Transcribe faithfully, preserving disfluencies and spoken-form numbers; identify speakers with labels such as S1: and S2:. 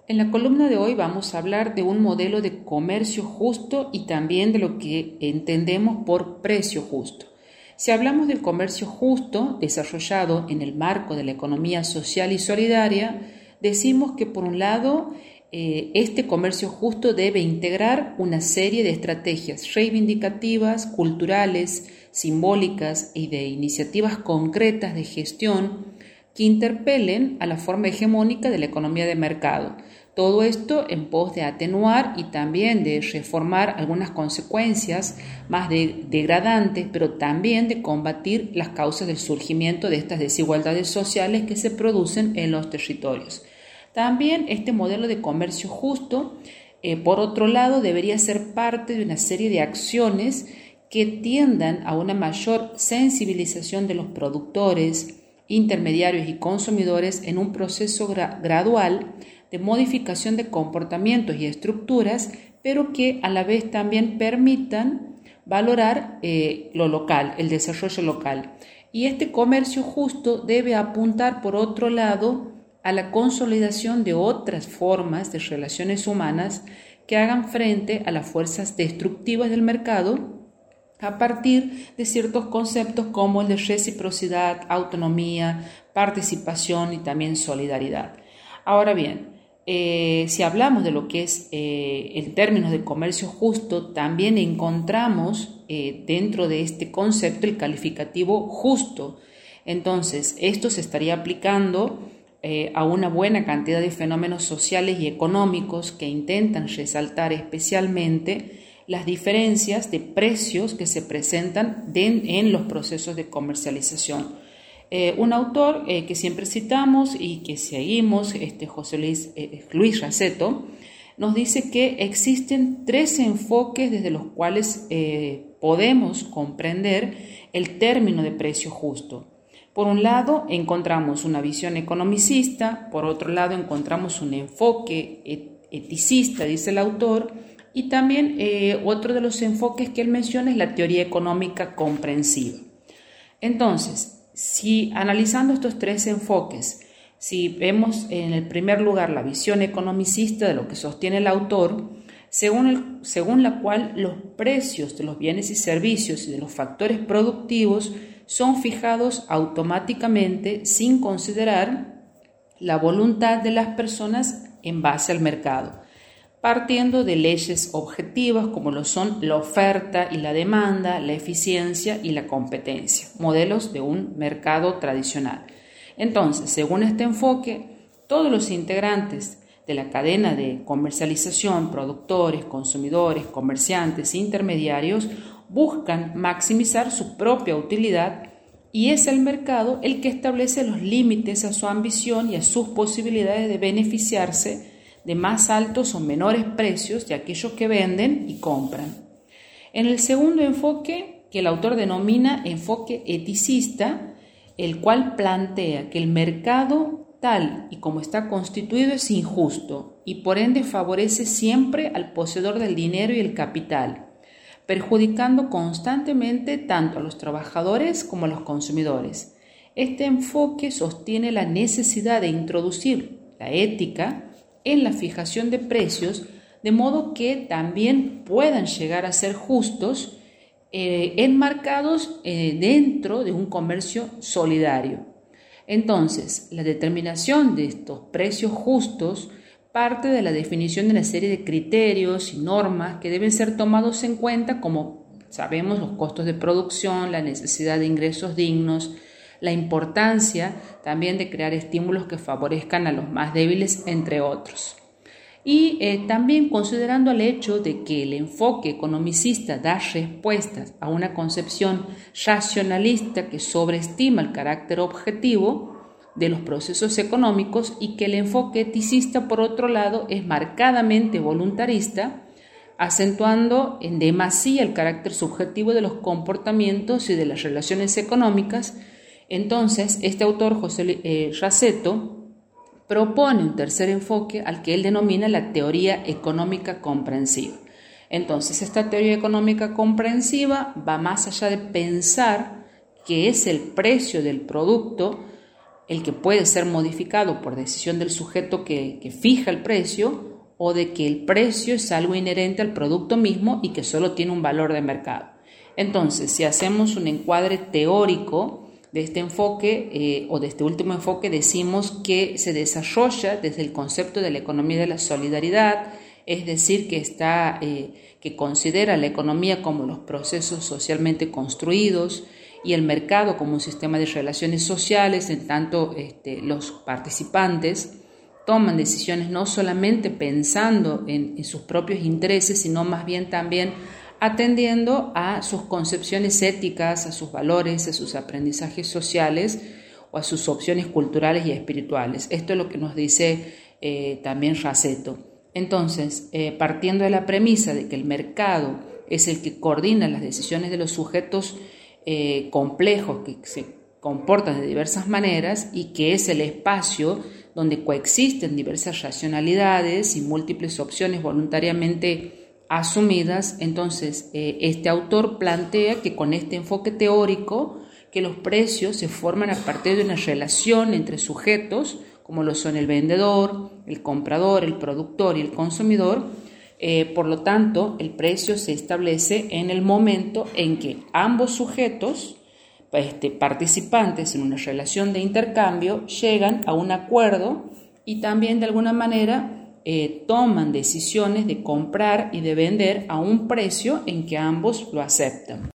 S1: En la columna de hoy vamos a hablar de un modelo de comercio justo y también de lo que entendemos por precio justo. Si hablamos del comercio justo desarrollado en el marco de la economía social y solidaria, decimos que por un lado eh, este comercio justo debe integrar una serie de estrategias reivindicativas, culturales, simbólicas y de iniciativas concretas de gestión que interpelen a la forma hegemónica de la economía de mercado. Todo esto en pos de atenuar y también de reformar algunas consecuencias más de, degradantes, pero también de combatir las causas del surgimiento de estas desigualdades sociales que se producen en los territorios. También este modelo de comercio justo, eh, por otro lado, debería ser parte de una serie de acciones que tiendan a una mayor sensibilización de los productores, intermediarios y consumidores en un proceso gra- gradual de modificación de comportamientos y estructuras, pero que a la vez también permitan valorar eh, lo local, el desarrollo local. Y este comercio justo debe apuntar, por otro lado, a la consolidación de otras formas de relaciones humanas que hagan frente a las fuerzas destructivas del mercado a partir de ciertos conceptos como el de reciprocidad, autonomía, participación y también solidaridad. Ahora bien, eh, si hablamos de lo que es eh, en términos de comercio justo, también encontramos eh, dentro de este concepto el calificativo justo. Entonces, esto se estaría aplicando eh, a una buena cantidad de fenómenos sociales y económicos que intentan resaltar especialmente las diferencias de precios que se presentan de, en los procesos de comercialización. Eh, un autor eh, que siempre citamos y que seguimos, este José Luis, eh, Luis Raceto, nos dice que existen tres enfoques desde los cuales eh, podemos comprender el término de precio justo. Por un lado, encontramos una visión economicista, por otro lado, encontramos un enfoque eticista, dice el autor, y también eh, otro de los enfoques que él menciona es la teoría económica comprensiva. Entonces, si analizando estos tres enfoques, si vemos en el primer lugar la visión economicista de lo que sostiene el autor, según, el, según la cual los precios de los bienes y servicios y de los factores productivos son fijados automáticamente sin considerar la voluntad de las personas en base al mercado, partiendo de leyes objetivas como lo son la oferta y la demanda, la eficiencia y la competencia, modelos de un mercado tradicional. Entonces, según este enfoque, todos los integrantes de la cadena de comercialización, productores, consumidores, comerciantes, intermediarios, buscan maximizar su propia utilidad y es el mercado el que establece los límites a su ambición y a sus posibilidades de beneficiarse de más altos o menores precios de aquellos que venden y compran. En el segundo enfoque, que el autor denomina enfoque eticista, el cual plantea que el mercado tal y como está constituido es injusto y por ende favorece siempre al poseedor del dinero y el capital, perjudicando constantemente tanto a los trabajadores como a los consumidores. Este enfoque sostiene la necesidad de introducir la ética en la fijación de precios, de modo que también puedan llegar a ser justos, eh, enmarcados eh, dentro de un comercio solidario. Entonces, la determinación de estos precios justos parte de la definición de una serie de criterios y normas que deben ser tomados en cuenta, como sabemos, los costos de producción, la necesidad de ingresos dignos, la importancia también de crear estímulos que favorezcan a los más débiles, entre otros. Y eh, también considerando el hecho de que el enfoque economicista da respuestas a una concepción racionalista que sobreestima el carácter objetivo de los procesos económicos y que el enfoque eticista, por otro lado, es marcadamente voluntarista, acentuando en demasía el carácter subjetivo de los comportamientos y de las relaciones económicas. Entonces, este autor, José eh, Raceto, propone un tercer enfoque al que él denomina la teoría económica comprensiva. Entonces, esta teoría económica comprensiva va más allá de pensar que es el precio del producto el que puede ser modificado por decisión del sujeto que, que fija el precio, o de que el precio es algo inherente al producto mismo y que solo tiene un valor de mercado. Entonces, si hacemos un encuadre teórico de este enfoque eh, o de este último enfoque, decimos que se desarrolla desde el concepto de la economía de la solidaridad, es decir, que, está, eh, que considera la economía como los procesos socialmente construidos y el mercado como un sistema de relaciones sociales, en tanto este, los participantes toman decisiones no solamente pensando en, en sus propios intereses, sino más bien también atendiendo a sus concepciones éticas, a sus valores, a sus aprendizajes sociales o a sus opciones culturales y espirituales. Esto es lo que nos dice eh, también Raceto. Entonces, eh, partiendo de la premisa de que el mercado es el que coordina las decisiones de los sujetos eh, complejos que se comportan de diversas maneras y que es el espacio donde coexisten diversas racionalidades y múltiples opciones voluntariamente asumidas, entonces eh, este autor plantea que con este enfoque teórico que los precios se forman a partir de una relación entre sujetos, como lo son el vendedor, el comprador, el productor y el consumidor. Eh, por lo tanto, el precio se establece en el momento en que ambos sujetos Este, participantes en una relación de intercambio llegan a un acuerdo y también de alguna manera eh, toman decisiones de comprar y de vender a un precio en que ambos lo aceptan.